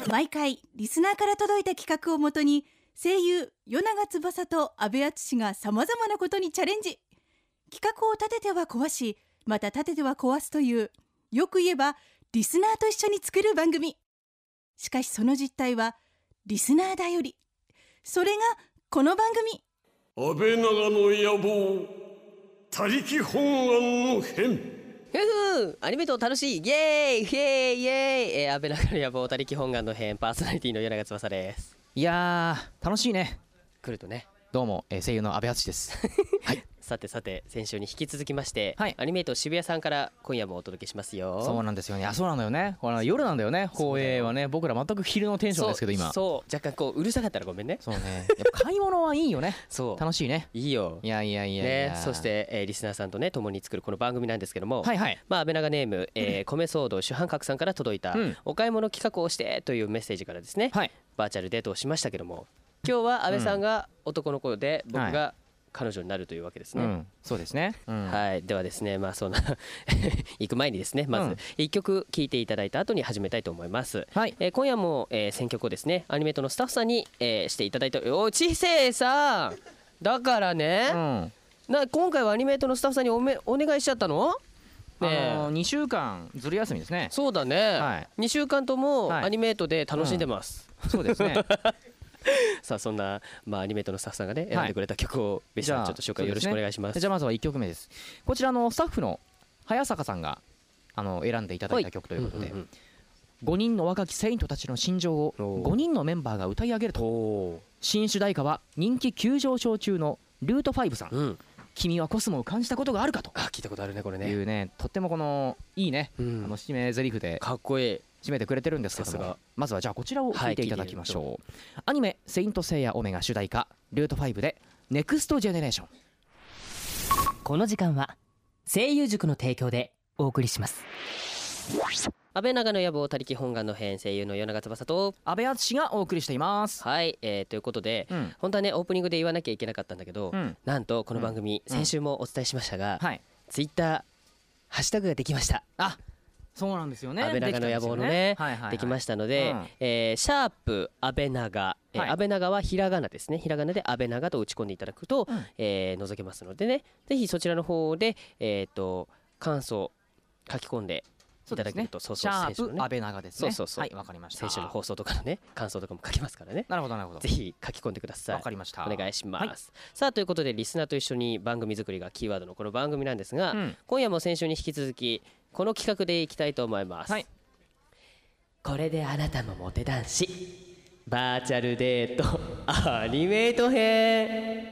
毎回リスナーから届いた企画をもとに声優与永翼と阿部淳がさまざまなことにチャレンジ。企画を立てては壊し、また立てては壊すという、よく言えばリスナーと一緒に作る番組。しかしその実態はリスナーだより。それがこの番組、 安倍長の野望他力本願の変。 アニメート楽しい、イエーイイエーイイエーイ、安倍長の野望他力本願の編、パーソナリティの与永翼です。 いやー楽しいね。 来るとね。 どうも、声優の阿部淳ですはいさてさて、先週に引き続きまして、 はい、 アニメート渋谷さんから今夜もお届けしますよ。 そうなんですよね。そうなのよね。これ夜なんだよね。放映はね、僕ら全く昼のテンションですけど、今そう若干こううるさかったらごめんね。 そうね、やっぱ買い物はいいよねそう楽しいね。 いいよ。いやね。そして、リスナーさんとね共に作るこの番組なんですけども、はいはい、まあ安倍長ネーム、米騒動主犯格さんから届いた、お買い物企画をしてというメッセージからですね、はい、バーチャルデートをしましたけども、今日は安倍さんが男の子で、僕が彼女になるというわけですね。 そうですね。 はい。ではですね、まあそんな行く前にですね、まず1曲聴いていただいた後に始めたいと思います。はい。今夜も選曲をですね、アニメートのスタッフさんにしていただいて、おちせいさんだからね、今回はアニメートのスタッフさんにお願いしちゃったの ？2週間ずる休みですね。 そうだね。2週間ともアニメートで楽しんでます。 そうですね。 さあそんな、まあ、アニメートのスタッフさんがね選んでくれた曲をベシさんちょっと紹介よろしくお願いします。 じゃあまずは1曲目です。こちらのスタッフの早坂さんが選んでいただいた曲ということで、5人の若きセイントたちの心情を5人のメンバーが歌い上げると。新主題歌は人気急上昇中のルート5さん、君はコスモを感じたことがあるかと。 聞いたことあるねこれね。 いうね、とってもこのいいね、締め台詞でかっこいい締めてくれてるんですけども、まずはじゃあこちらを聴いていただきましょう。アニメ「セイントセイヤオメガ」主題歌ルート5でネクストジェネレーション。 この時間は声優塾の提供でお送りします。 安倍長の野望他力本願の編、声優の与永翼と阿部淳がお送りしています。 はい、ということで、本当はねオープニングで言わなきゃいけなかったんだけど、なんとこの番組、先週もお伝えしましたが、ツイッターハッシュタグができました。 そうなんですよね。 安倍長の野望のねできましたので、シャープ安倍長、安倍長はひらがなですね。ひらがなで安倍長と打ち込んでいただくと、覗けますのでね、ぜひそちらの方で感想書き込んでいただけると、 シャープ安倍長ですね。 そうはい、わかりました。 先週の放送とかのね感想とかも書きますからね。 なるほどなるほど。 ぜひ書き込んでください。 わかりました。 お願いします。さあということでリスナーと一緒に番組作りがキーワードのこの番組なんですが、今夜も先週に引き続きこの企画でいきたいと思います。これであなたもモテ男子バーチャルデートアニメート編。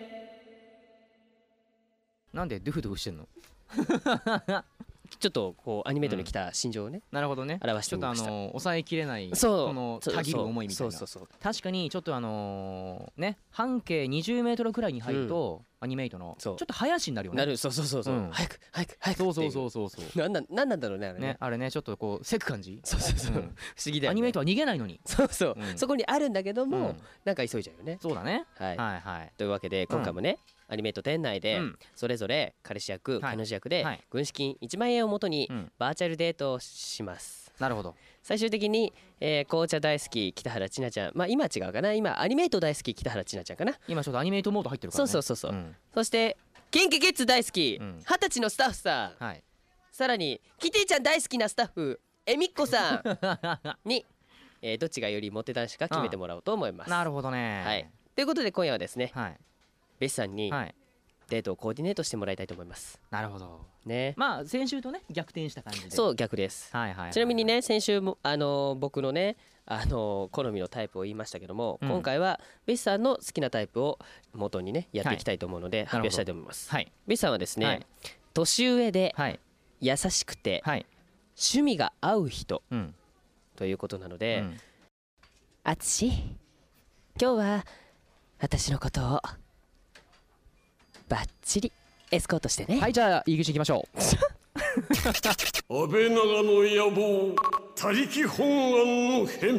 なんでドゥフドゥフしてんの？ ちょっとこうアニメートに来た心情をね、 なるほどね、 表してみました。 ちょっと抑えきれないこのたぎる思いみたいな。確かにちょっとね、半径20メートルくらいに入るとアニメイトのちょっと早足になるよね。 なる。そう早く早く早く。そうなんなんだろうねあれね。 あれね、ちょっとこうせく感じ。 そう不思議だよね。 アニメイトは逃げないのに。 そこにあるんだけどもなんか急いじゃうよね。 そうだね。 はいというわけで今回もねアニメート店内でそれぞれ彼氏役彼女役で軍資金1万円をもとにバーチャルデートをします。 なるほど。 最終的に紅茶大好き北原千奈ちゃん、まあ今違うかな、今アニメート大好き北原千奈ちゃんかな。 今ちょっとアニメートモード入ってるからね。 そうそしてキンキキッズ大好き20歳のスタッフさん、さらにキティちゃん大好きなスタッフえみっこさんにどっちがよりモテ男子か決めてもらおうと思います。 なるほどね。 はい、ということで今夜はですね、ベスさんにデートをコーディネートしてもらいたいと思います。 なるほどね。 まあ先週とね逆転した感じで。 そう逆です。ちなみにね先週も僕のね好みのタイプを言いましたけども、今回はベスさんの好きなタイプを元にねやっていきたいと思うので発表したいと思います。ベスさんはですね、年上で優しくて趣味が合う人ということなので、あつし今日は私のことをバッチリエスコートしてね。 はい、じゃあ入り口行きましょう安倍長の野望他力本願の変。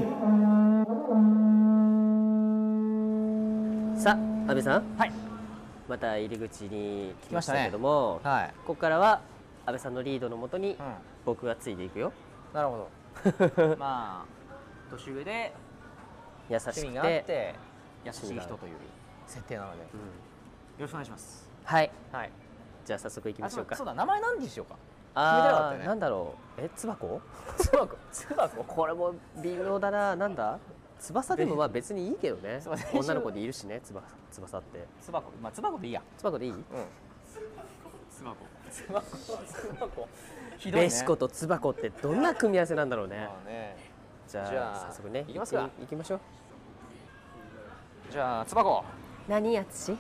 さあ安倍さん、また入り口に来ましたけども、ここからは安倍さんのリードのもとに僕がついていくよ。 なるほどまあ年上で優しく趣味があってて、 優しい人という設定なので、よろしくお願いします。 はい。 はい。 じゃあ早速いきましょうか。 そうだ、名前何にしようか。 ああ、なんだろう。つばこ？ つばこ。つばこ。 これも微妙だな。なんだ？翼でもまあ別にいいけどね。女の子でいるしね、翼って。 つばこ。まあつばこでいいや。 つばこでいい？うん。 つばこ。つばこ。つばこ。ひどいね。 ベシコとつばこってどんな組み合わせなんだろうね。じゃあ早速ね、 行きますか。 行きましょう。 じゃあつばこ。 何やつし？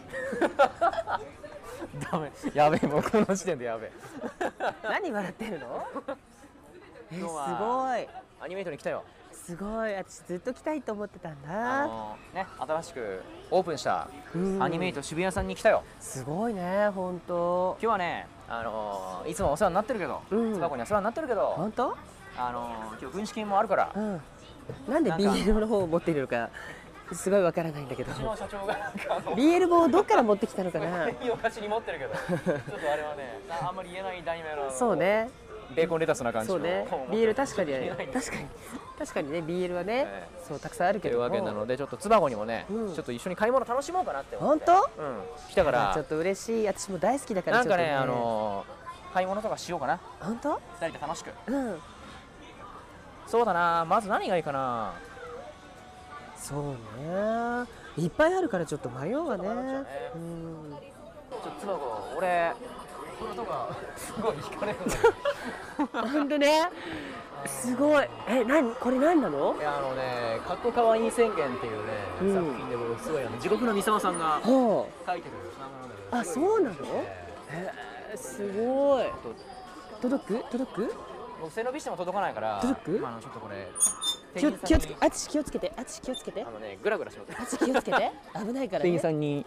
ダメ。やべえ、もうこの時点でやべえ。 何笑ってるの？すごい。 アニメートに来たよ。 すごい。私ずっと来たいと思ってたんだ。 ね、新しくオープンしたアニメート渋谷さんに来たよ。 すごいね、本当。 今日はね、いつもお世話になってるけど、つばこには世話になってるけど、 本当？ 今日軍資金もあるから。 なんで BL の方を持っているのかすごいわからないんだけど。 うちの社長が BL 本をどっから持ってきたのかな。 いいお菓子に持ってるけど、ちょっとあれはね、あんまり言えない題名の。 そうね。 ベーコンレタスな感じ。 そうね。BL 確かにね BL はね、そうたくさんあるけども。 というわけなのでちょっとつばこにもね、ちょっと一緒に買い物楽しもうかなって思って。 本当？ 来たから。 ちょっと嬉しい。私も大好きだから。 なんかね、買い物とかしようかな。 本当？ 二人で楽しく。 うん。 そうだな。まず何がいいかな。 そうね。いっぱいあるからちょっと迷うわね。 ちょっとつばこ、俺これとかすごい惹かれるんだけど。 本当ね。すごい。これ何なの？ いやかっこかわいい宣言っていうね、作品で僕すごい地獄の三沢さんが書いてる漫画なんだけど。 あ、そうなの？すごい。届く？ 僕背伸びしても届かないから。 届く？ ちょっとこれ気をつけ、あち気をつけて。 グラグラしろって。 あち気をつけて。危ないからね。 店員さんに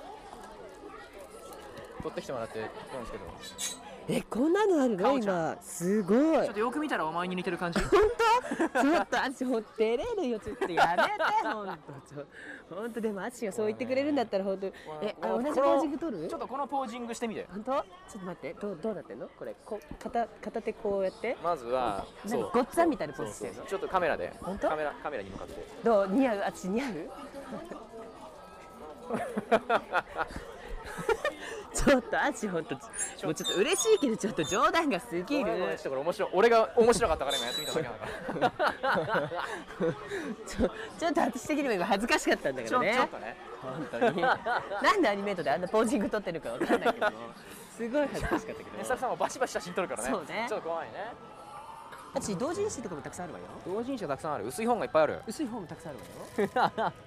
取ってきてもらってるんですけど。 こんなのあるの今？すごい。 ちょっとよく見たらお前に似てる感じ。 本当？ちょっとあち照れるよ。ちょっとやめて。本当でもあちがそう言ってくれるんだったら本当。同じポージング取る？ ちょっとこのポージングしてみて。 本当？ちょっと待って。どうなってんの？これ片手こうやって。 まずはなんかごっつぁんみたいなポーズしてるの。 ちょっとカメラで。 本当？ カメラに向かって。 どう？似合う？あち似合う？ちょっとあちほんともうちょっと嬉しいけどちょっと冗談が過ぎる。 俺が面白かったから今やってみただけだからちょっと私的にも今恥ずかしかったんだけどね。 ちょっとね本当になんでアニメートであんなポージング撮ってるかわかんないけどすごい恥ずかしかったけど。 スタッフさんもバシバシ写真撮るからね。 そうね。 ちょっと怖いね。 私同人誌とかもたくさんあるわよ。 同人誌がたくさんある。薄い本がいっぱいある。 薄い本もたくさんあるわよ。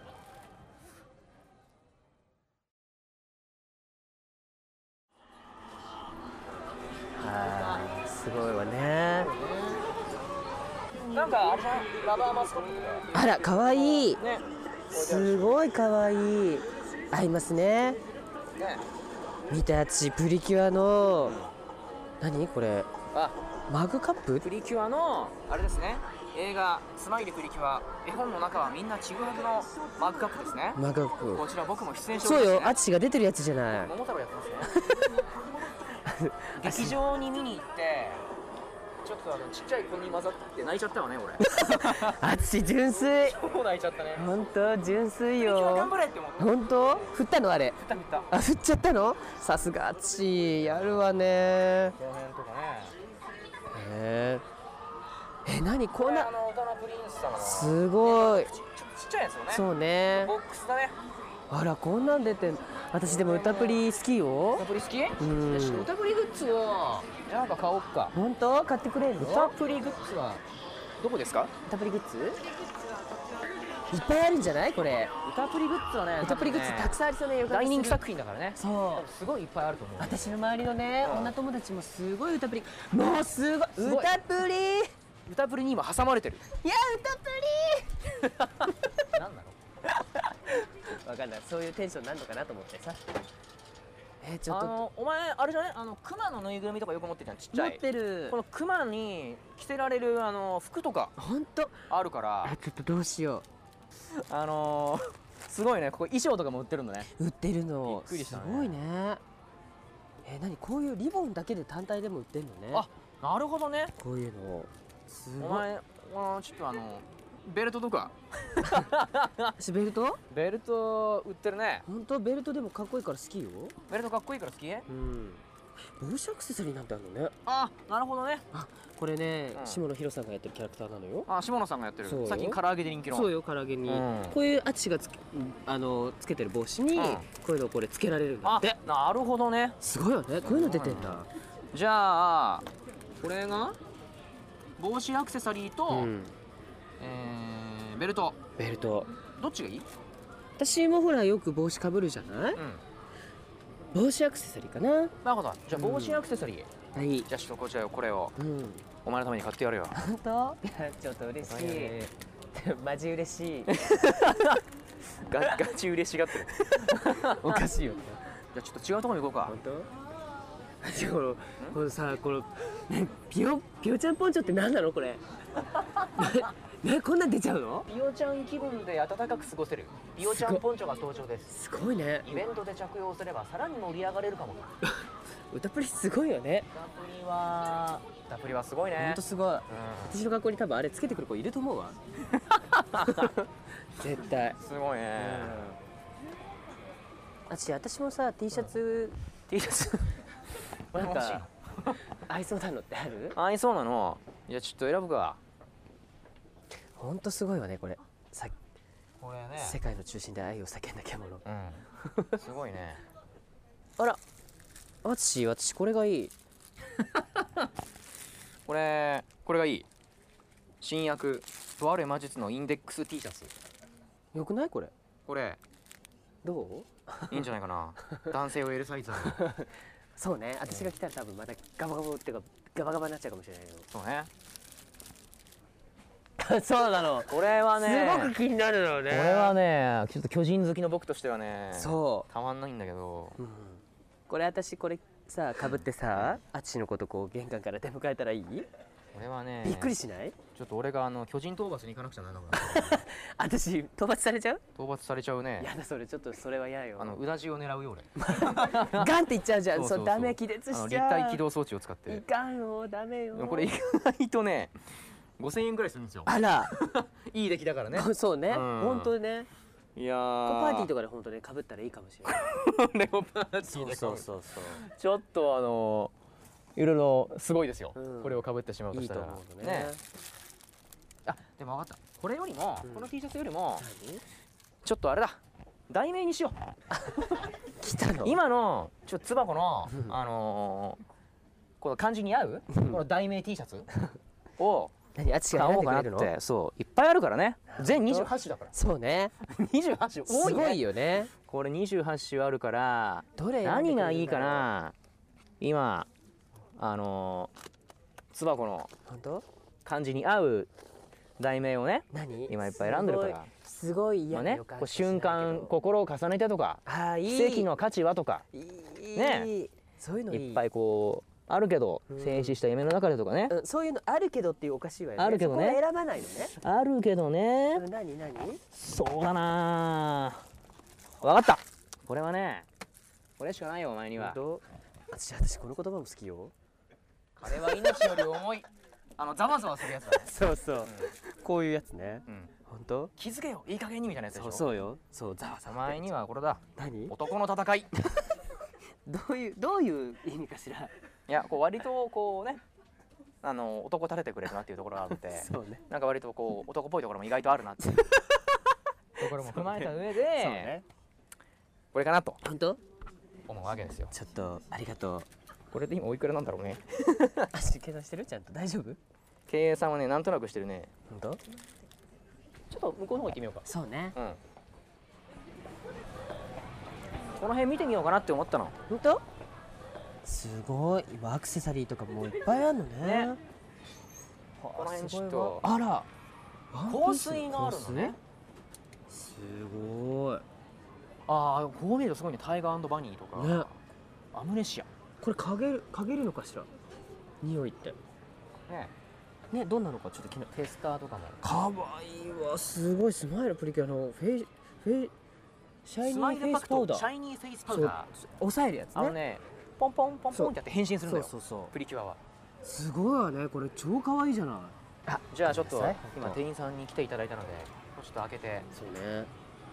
すごいわね。 なんかあれじゃん、ラバーマスコット。 あら可愛い。ね。すごい可愛い。合いますね。見た私プリキュアの何これ？マグカップ？ プリキュアのあれですね。映画スマイルプリキュア。絵本の中はみんなちぐはぐのマグカップですね。 マグカップ。 こちら僕も出演してそうよ。あちが出てるやつじゃない。 桃太郎やってますね。劇場に見に行ってちょっとちっちゃい子に混ざって泣いちゃったわね俺。 あち純粋。 超泣いちゃったね。 本当純粋よ。 頑張れって思った。 本当？振ったのあれ？ 振った。 あ、振っちゃったの？さすがあちやるわね。 この辺とかね。何こんな？ 歌のプリンス様のすごい。 ちっちゃいやつよね。 そうね。 ボックスだね。 あらこんなん出てん。私でも歌プリ好きよ。 歌プリ好き？ うん。 歌プリグッズをなんか買おうか。 本当？買ってくれるの？ 歌プリグッズはどこですか？ 歌プリグッズ？いっぱいあるんじゃないこれ？ 歌プリグッズはね。 歌プリグッズたくさんありそうね。 大人気作品だからね。 そう。 すごいいっぱいあると思う。 私の周りのね女友達もすごい歌プリ。もうすごい。歌プリ。 歌プリに今挟まれてる。 いや歌プリ。 なんなの？ わかんない。そういうテンションなんのかなと思ってさ。ちょっとお前あれじゃない？クマのぬいぐるみとかよく持ってるじゃん。ちっちゃい。 持ってる。 このクマに着せられる服とか本当あるから。 ちょっとどうしよう。すごいね。ここ衣装とかも売ってるのね。 売ってるの。 びっくりしたね。 すごいね。何こういうリボンだけで単体でも売ってるのね。 あ、なるほどね。 こういうの。 お前ちょっとベルトとかベルトベルト売ってるね。 本当ベルトでもかっこいいから好きよ。 ベルトかっこいいから好き？ 帽子アクセサリーなんてあるのね。 あ、なるほどね。 これね、下野紘さんがやってるキャラクターなのよ。 下野さんがやってる。 そうよ最近唐揚げで人気の。 そうよ、唐揚げに、こういうアチがつけてる帽子に、こういうのをこれつけられるんだって。 なるほどね。 すごいよね、こういうの出てんだ。 じゃあこれが帽子アクセサリーと、ベルト。どっちがいい？ 私もほらよく帽子かぶるじゃない、帽子アクセサリーかな。 なるほど。じゃあ帽子アクセサリー、 はい。 じゃあちょっとこちらよ、これを、お前のために買ってやるよ。 本当？ちょっと嬉しい。マジ嬉しい。 ガチ嬉しがってる。 おかしいよ。 じゃあちょっと違うところに行こうか。 本当？このさ、このピヨちゃんポンチョって何なのこれ？こんなん出ちゃうの？ ピヨちゃん気分で暖かく過ごせるピヨちゃんポンチョが登場です。 すごいね。 イベントで着用すればさらに盛り上がれるかも。 歌プリすごいよね。 歌プリはすごいね。 ほんとすごい。私の学校に多分あれつけてくる子いると思うわ。絶対。 すごいね。 私もさ T シャツなんか合いそうなのってある？ 合いそうなの？いやちょっと選ぶか。 ほんとすごいわねこれ。 これね。 世界の中心で愛を叫んだ獣。 すごいね。 あら、私これがいい。 これがいい。新薬とある魔術のインデックス T シャツ。 よくないこれ？ これどう？いいんじゃないかな。男性を L サイズの。 そうね。私が来たら多分またガバガバっていうかガバガバになっちゃうかもしれないよ。 そうね。 そうなの。 これはね。 すごく気になるのね。 これはね、ちょっと巨人好きの僕としてはね。 そう。 たまんないんだけど。 これさかぶってさ、あっちのことこう玄関から出迎えたらいい？ これはね。 びっくりしない？ ちょっと俺が巨人討伐に行かなくちゃならなくなる。 私討伐されちゃう？ 討伐されちゃうね。 やだそれちょっとそれは嫌よ。 うなじを狙うよ俺。 ガンっていっちゃうじゃん。そうダメ、気絶しちゃう。 立体起動装置を使って。 いかんよ、ダメよ。 これ意外とね5000円ぐらいするんですよ。 あら。 いい出来だからね。 そうね。本当にね。 いやパーティーとかで本当ね被ったらいいかもしれない。 レオパーティーでそう。 ちょっといろいろすごいですよ。これを被ってしまうとしたら。 いいと思うね。 あ、でも分かった。これよりもこの T シャツよりもちょっとあれだ。題名にしよう。 来たの？ 今のちょっとつばこのこの漢字に合うこの題名 T シャツを何？あっちが買おう選んでくれるの？ かなって。そういっぱいあるからね。全28種だから。 そうね。 28種多いね。 すごいよね。 これ28種あるからどれ何がいいかな。今つばこの本当？ 漢字に合う題名をね今いっぱい選んでるから。 すごいね、瞬間心を重ねてとか奇跡の価値はとかね、 そういうのいっぱいこうあるけど静止した夢の中でとかね。 そういうのあるけどっていうおかしいわよね。 あるけどね。 そこは選ばないのね。 あるけどね。 何？ そうだな。わかった。これはね、これしかないよお前には。 私この言葉も好きよ。 彼は命より重い。ざわざわするやつだね。 そう。こういうやつね。本当？ 気づけよ、いい加減にみたいなやつでしょ。 そうよ。そう、ざわざわ。 お前にはこれだ。 何？ 男の戦い。 どういう意味かしら。 いや、こう割とこうね、男立ててくれるなっていうところがあって、 そうね。 なんか割とこう男っぽいところも意外とあるなっていうところも踏まえた上で、これかなと思うわけですよ。 ちょっとありがとう。 これで今おいくらなんだろうね。 足計算してる？ちゃんと大丈夫？ 計算はね、なんとなくしてるね。 本当？ ちょっと向こうの方行ってみようか。 そうね。 この辺見てみようかなって思ったの。 本当？すごい。今アクセサリーとかもいっぱいあるのね。 この辺ちょっと。 あら。 香水があるのね。 すごい。 ああ、こう見るとすごいね。タイガー&バニーとか。ね。アムネシア。 これ嗅げるのかしら。匂いって。ね、どんなのかちょっと気になる。 テスターとかも。 かわいいわ。すごい。スマイルプリキュアのシャイニーフェイスパウダー。 シャイニーフェイスパウダー。 抑えるやつね。 ポンポンポンポンってやって変身するんだよ。 そう。 プリキュアは。 すごいわね。これ超可愛いじゃない。 じゃあちょっと今店員さんに来ていただいたのでちょっと開けて。 そうね。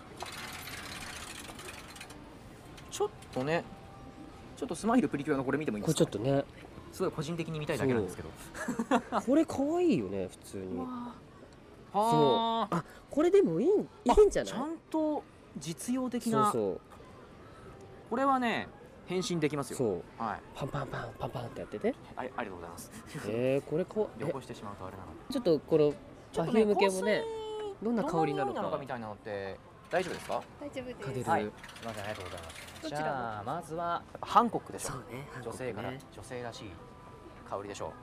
ちょっとね、ちょっとスマイルプリキュアのこれ見てもいいですか？ これちょっとね、 すごい個人的に見たいだけなんですけど。 これ可愛いよね、普通に。 はあ。 これでもいいんじゃない？ ちゃんと実用的な。 そうこれはね、変身できますよ。 そう。 はい。 パンパンパンパンパンってやってて。 ありがとうございます。 これ旅行してしまうとあれなので。 ちょっとこのパフューム系もね、どんな香りなのかみたいなのって大丈夫ですか？ 大丈夫です。 かける。 はい。すみません、ありがとうございます。 どちらもじゃあまずはやっぱハンコックでしょ。 そうね。 女性から女性らしい香りでしょ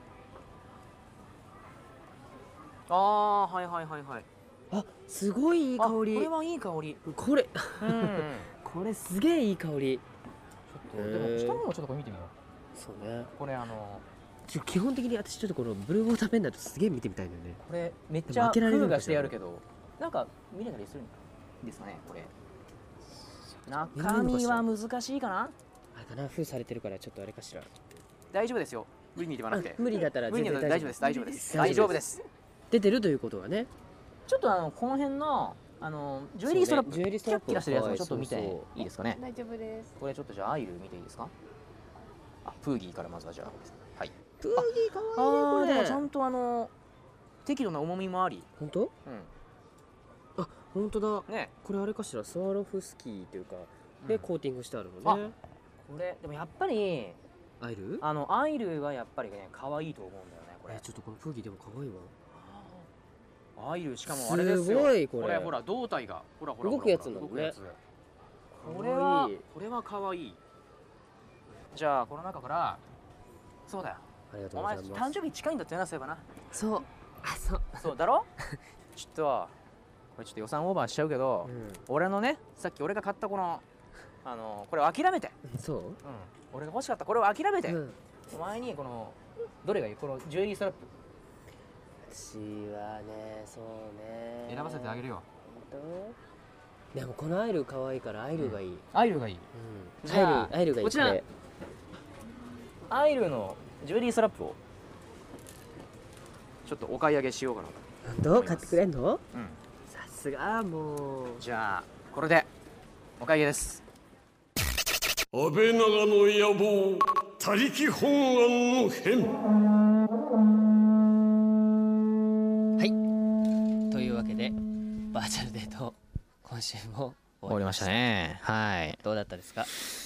う。はいはいはいはい。 あ、すごいいい香り。 これはいい香り。 これうんこれすげえいい香り。 ちょっとでも下の方もちょっとこれ見てみよう。 そうね。 これ基本的に私ちょっとこのブルーウォーターペンダントすげえ見てみたいんだよね。 これめっちゃ封がしてやるけど、なんか見れたりするんですかねこれ。中身は難しいかな。 あれかな、封されてるからちょっとあれかしら。 大丈夫ですよ。無理に言わなくて。 無理だったら無理に大丈夫です大丈夫です大丈夫です。 出てるということはね。 ちょっとこの辺のジュエリーストラップ、 ジュエリーストラップキラキラしてるやつもちょっと見ていいですかね。 大丈夫です。 これちょっとじゃあアイル見ていいですか。プーギーからまずはじゃあ。はい。 プーギーかわいいねこれ。 でもちゃんと適度な重みもあり。 本当？あ、本当だ。 ね。 これあれかしら、スワロフスキーというかでコーティングしてあるのね。 これでもやっぱりアイル？ アイルはやっぱりね可愛いと思うんだよねこれ。 ちょっとこのプーギーでも可愛いわ。 アイルしかもあれですよ。 すごいこれ。 これほら胴体がほら動くやつなのね。 これは可愛い。じゃあこの中からそうだよ。 ありがとうお前ございます。 誕生日近いんだってな、そういえばな。 そう。 そうだろ。ちょっとこれちょっと予算オーバーしちゃうけど、俺のねさっき俺が買ったこのこれを諦めて。 そう？ 俺が欲しかったこれを諦めて。お前にこのどれがいい？このジュエリーストラップ。 私はね、そうね。 選ばせてあげるよ。 でもこのアイル可愛いからアイルがいい。 アイルがいい。 じゃあアイルがいい。 こちらアイルのジュエリーストラップをちょっとお買い上げしようかなと。 どう買ってくれんの？さすがもう。 じゃあこれでお買い上げです。 安倍長の野望他力本願の変。 というわけでバーチャルデート今週も終わりましたね。はい。 どうだったですか？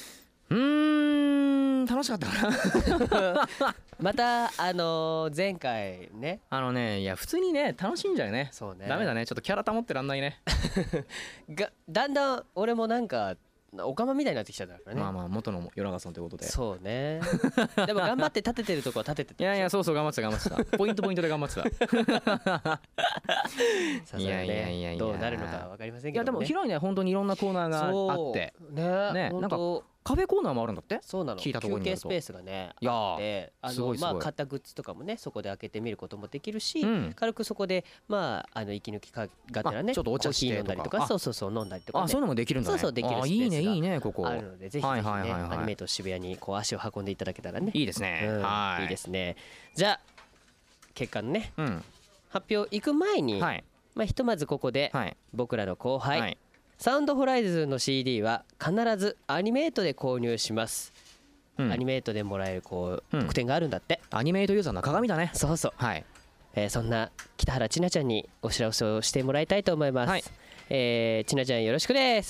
楽しかったかな。 また前回ねいや普通にね楽しいんじゃないね。 そうね。 ダメだね、ちょっとキャラ保ってらんないね。 だんだん俺もなんかおかまみたいになってきちゃったからね。 まあまあ元の夜中さんということで。 そうね。でも頑張って立ててるとこは立ててた。 いやいやそう頑張ってたポイントで頑張ってた。 いやいやいやどうなるのかわかりませんけどね。 いやでも広いね、本当にいろんなコーナーがあってね、なんかカフェコーナーもあるんだって。 そうなの。 聞いたところによると休憩スペースがねあって、まあ買ったグッズとかもねそこで開けてみることもできるし、軽くそこでまあ息抜きがてらねちょっとお茶して飲んだりとか、そう飲んだりとかね。 そういうのもできるんだね。 そうできるスペースがいいねいいねここあるので、ぜひぜひねアニメート渋谷にこう足を運んでいただけたらね。 いいですね。はい。 いいですね。じゃあ結果のね発表行く前に、まあひとまずここで僕らの後輩サウンドホライズンの CD は必ずアニメートで購入します。アニメートでもらえるこう特典があるんだって。 アニメートユーザーの鏡だね。 そうそう。はい。そんな北原千奈ちゃんにお知らせをしてもらいたいと思います。千奈ちゃんよろしくです。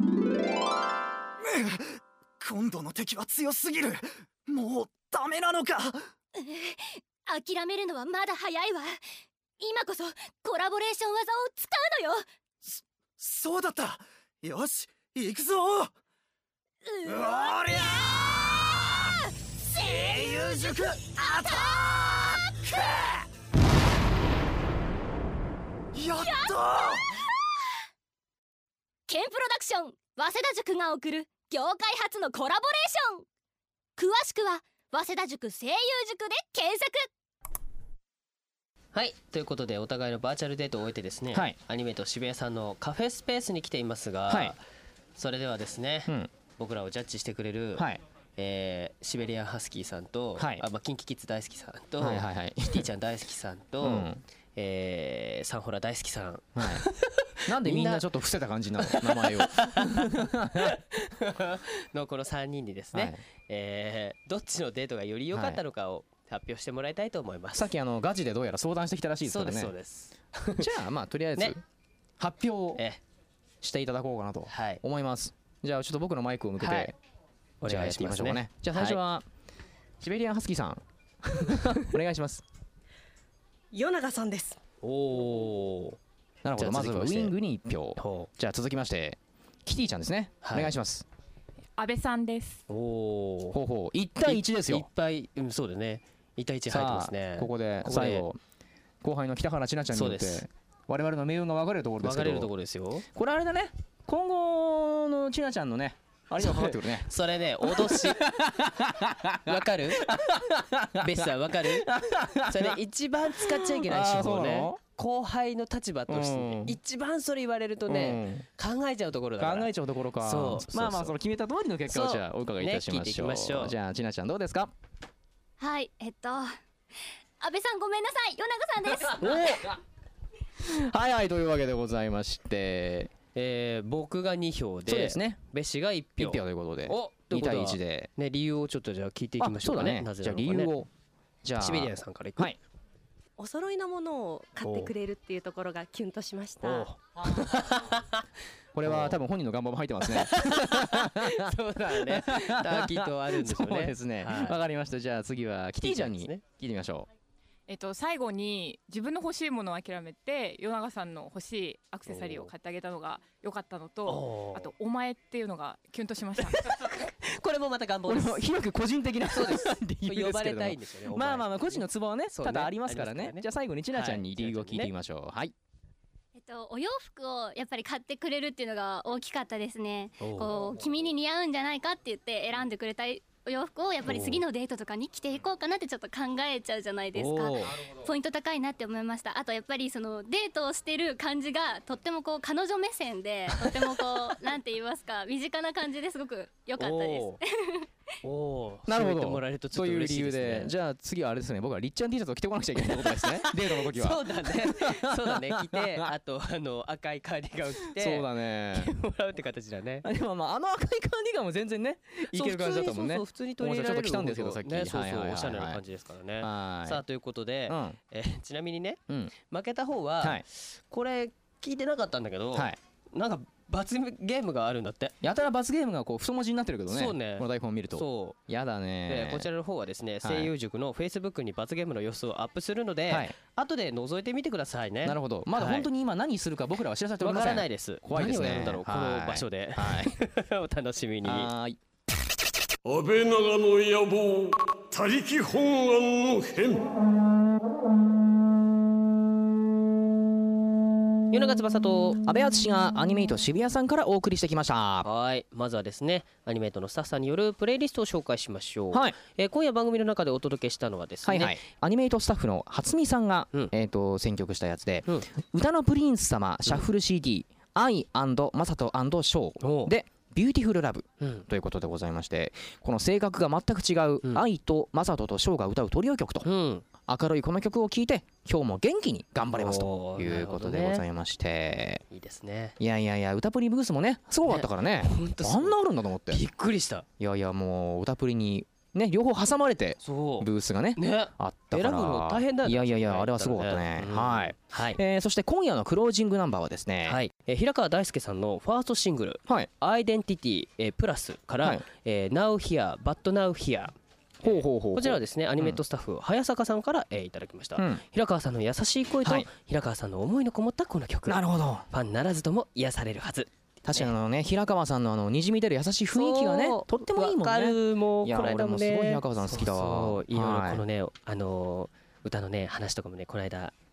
今度の敵は強すぎる。もうダメなのか。 諦めるのはまだ早いわ。今こそコラボレーション技を使うのよ。 そうだった。よし行くぞ。おりゃー声優塾アタック。やったケンプロダクション早稲田塾が送る業界初のコラボレーション。詳しくは早稲田塾声優塾で検索。 はい、ということでお互いのバーチャルデートを終えてですね、アニメート渋谷さんのカフェスペースに来ていますが、それではですね、僕らをジャッジしてくれる、 シベリアンハスキーさんと、 はいまあ、キンキキッズ大好きさんと、 はいはいはい、 キティちゃん大好きさんと、 うんサンホラ大好きさん、 はい、なんでみんなちょっと伏せた感じなの名前をのこの3人にですね、はいどっちのデートがより良かったのかを発表してもらいたいと思います。 さっきガチでどうやら相談してきたらしいですからね。 そうですじゃあまあとりあえず発表をしていただこうかなと思います。じゃあちょっと僕のマイクを向けて、じゃあやってみましょうかね。じゃあ最初はシベリアンハスキーさんお願いします。 与永さんです。 おお。 なるほど。まずはウィングに1票。じゃあ続きましてキティちゃんですね。お願いします。 安倍さんです。 おお。 ほうほう。1対1ですよ。 いっぱい、そうだね。1対1入ってますね。 ここで最後後輩の北原千奈ちゃんによって我々の命運が分かれるところですけど。 分かれるところですよ。 これあれだね。今後の千奈ちゃんのね。あれにはかかってくるね。 それね、脅し。わかる？ベスさんわかる？それ一番使っちゃいけない手法ね。後輩の立場として一番それ言われるとね、考えちゃうところだから。 考えちゃうところか。まあまあその決めた通りの結果をじゃあお伺いいたしましょう。じゃあ千奈ちゃんどうですか？ はい、安倍さんごめんなさい、与永さんです。 はいはい、というわけでございまして。 僕が2票で、 そうですね。 ベッシが1票。 1票ということで、2対1で。 ね、理由をちょっとじゃあ聞いていきましょうかね。 じゃあ理由を。 じゃあシベリアンさんからいく。はい。 お揃いのものを買ってくれるっていうところがキュンとしました。 これは多分本人の願望も入ってますね。 そうだね。きっとあるんですよね。 そうですね。わかりました。じゃあ次はキティちゃんに聞いてみましょう。 最後に自分の欲しいものを諦めて与永さんの欲しいアクセサリーを買ってあげたのが良かったのと、あとお前っていうのがキュンとしました。 これもまた願望です。 広く個人的なそうです。呼ばれたいんですよね。 まあまあまあ個人のツボはね多々ありますからね。じゃあ最後に千奈ちゃんに理由を聞いてみましょう。はい。 お洋服をやっぱり買ってくれるっていうのが大きかったですね。こう君に似合うんじゃないかって言って選んでくれたお洋服をやっぱり次のデートとかに着ていこうかなってちょっと考えちゃうじゃないですか。ポイント高いなって思いました。あとやっぱりそのデートをしてる感じがとってもこう彼女目線でとってもこうなんて言いますか身近な感じですごく良かったです。 なるほど。という理由で、じゃあ次はあれですね。僕はリッチャン T シャツを着てこなくちゃいけないってことですね。デートの時は。 そうだね。そうだね。着て、あと赤いカーディガンを着て、 そうだね。 もらうって形だね。 でもまあ赤いカーディガンも全然ね、いける感じだったもんね。 普通に取り入れられる。 ちょっと着たんですけどさっき。 そうそうおしゃれな感じですからね。さあということで、ちなみにね、負けた方はこれ聞いてなかったんだけど、なんか罰ゲームがあるんだって。 やたら罰ゲームがこう太文字になってるけどね。 そうね。 この台本を見ると。そう。やだね。 こちらの方はですね、声優塾の Facebook に罰ゲームの様子をアップするので、後で覗いてみてくださいね。 なるほど。まだ本当に今何するか僕らは知らされておりません。 わからないです。 怖いですね。 何をやるんだろうこの場所で。お楽しみに。 安倍長の野望、他力本願の変。 与永翼と安倍敦がアニメイト渋谷さんからお送りしてきました。 はい、まずはですねアニメイトのスタッフさんによるプレイリストを紹介しましょう。今夜番組の中でお届けしたのはですね、 アニメイトスタッフの初見さんが、選曲したやつで、歌のプリンス様シャッフル CD、愛&マサト&ショーでビューティフルラブということでございまして、この性格が全く違う愛とマサトとショーが歌うトリオ曲と、明るいこの曲を聴いて今日も元気に頑張れますということでございまして、 いいですね。 いやいやいや、歌プリブースもねすごかったからね、あんなあるんだと思ってびっくりした。 いやいや、もう歌プリにね両方挟まれてブースがねあったから、 選ぶの大変だよね。 いやいやいや、あれはすごかったね。はい、そして今夜のクロージングナンバーはですね、 平川大輔さんのファーストシングル「アイデンティティプラス」から「Now Here But Now Here」、こちらはですねアニメットスタッフ早坂さんからいただきました。平川さんの優しい声と平川さんの思いのこもったこの曲、 なるほど、 ファンならずとも癒されるはず。 確かにね、平川さんのにじみ出る優しい雰囲気がねとってもいいもんね。 もういや、俺もすごい平川さん好きだわ。 いろいろこのね歌のね話とかもねこの間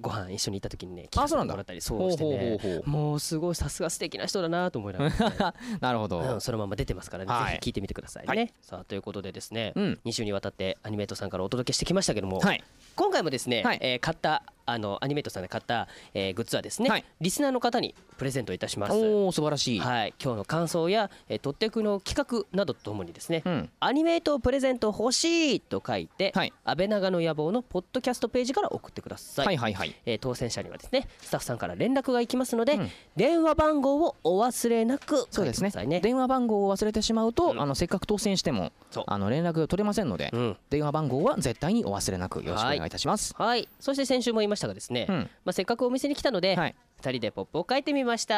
ご飯一緒に行った時にねあ、そうなんだ。 もらったりそうしてね、もうすごいさすが素敵な人だなと思いながら、 なるほど、 そのまま出てますからね、ぜひ聞いてみてくださいね。さあということでですね、2週にわたってアニメートさんからお届けしてきましたけども、今回もですね、買ったアニメートさんで買った、グッズはですね、リスナーの方にプレゼントいたします。 おー、素晴らしい。 はい、今日の感想や、とってくの企画などとともにですね、アニメートプレゼント欲しいと書いて、安倍長の野望のポッドキャストページから送ってください。当選者にはですね、スタッフさんから連絡がいきますので、電話番号をお忘れなく書いてくださいね。 電話番号を忘れてしまうと、せっかく当選しても連絡取れませんので、電話番号は絶対にお忘れなくよろしくお願いいたします。 はい、そして先週も言いましたがですね、せっかくお店に来たので、2人でポップを書いてみました。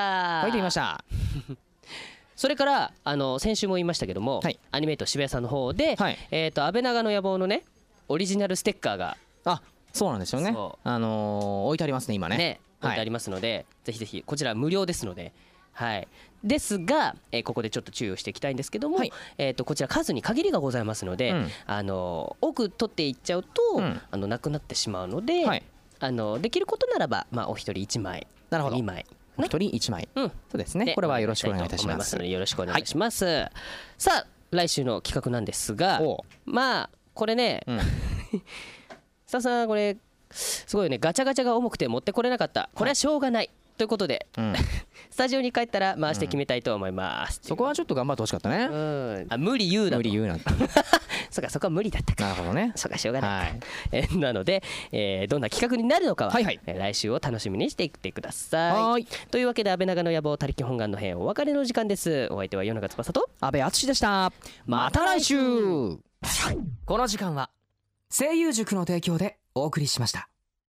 それから先週も言いましたけども、アニメート渋谷さんの方で、安倍長の野望のねオリジナルステッカーが、 そうなんですよね、置いてありますね今ね。 置いてありますので、ぜひぜひこちら無料ですので、ですが、ここでちょっと注意をしていきたいんですけども、こちら数に限りがございますので、多く取っていっちゃうと、なくなってしまうので、できることならば、お一人1枚、2枚、 お一人1枚、そうですね。これはよろしくお願いいたします。 よろしくお願いします。さあ来週の企画なんですが、これね、スタッフさんこれすごいよね、ガチャガチャが重くて持ってこれなかった。これはしょうがないということで、スタジオに帰ったら回して決めたいと思います。 そこはちょっと頑張ってほしかったね。 無理言うな。 無理言うな。 そうか、そこは無理だったか。 なるほどね。 そうか、しょうがないか。なので、どんな企画になるのかは来週を楽しみにしていってください。というわけで安倍長の野望他力本願の編お別れの時間です。お相手は与永翼と安倍敦でした。また来週。 この時間は声優塾の提供でお送りしました。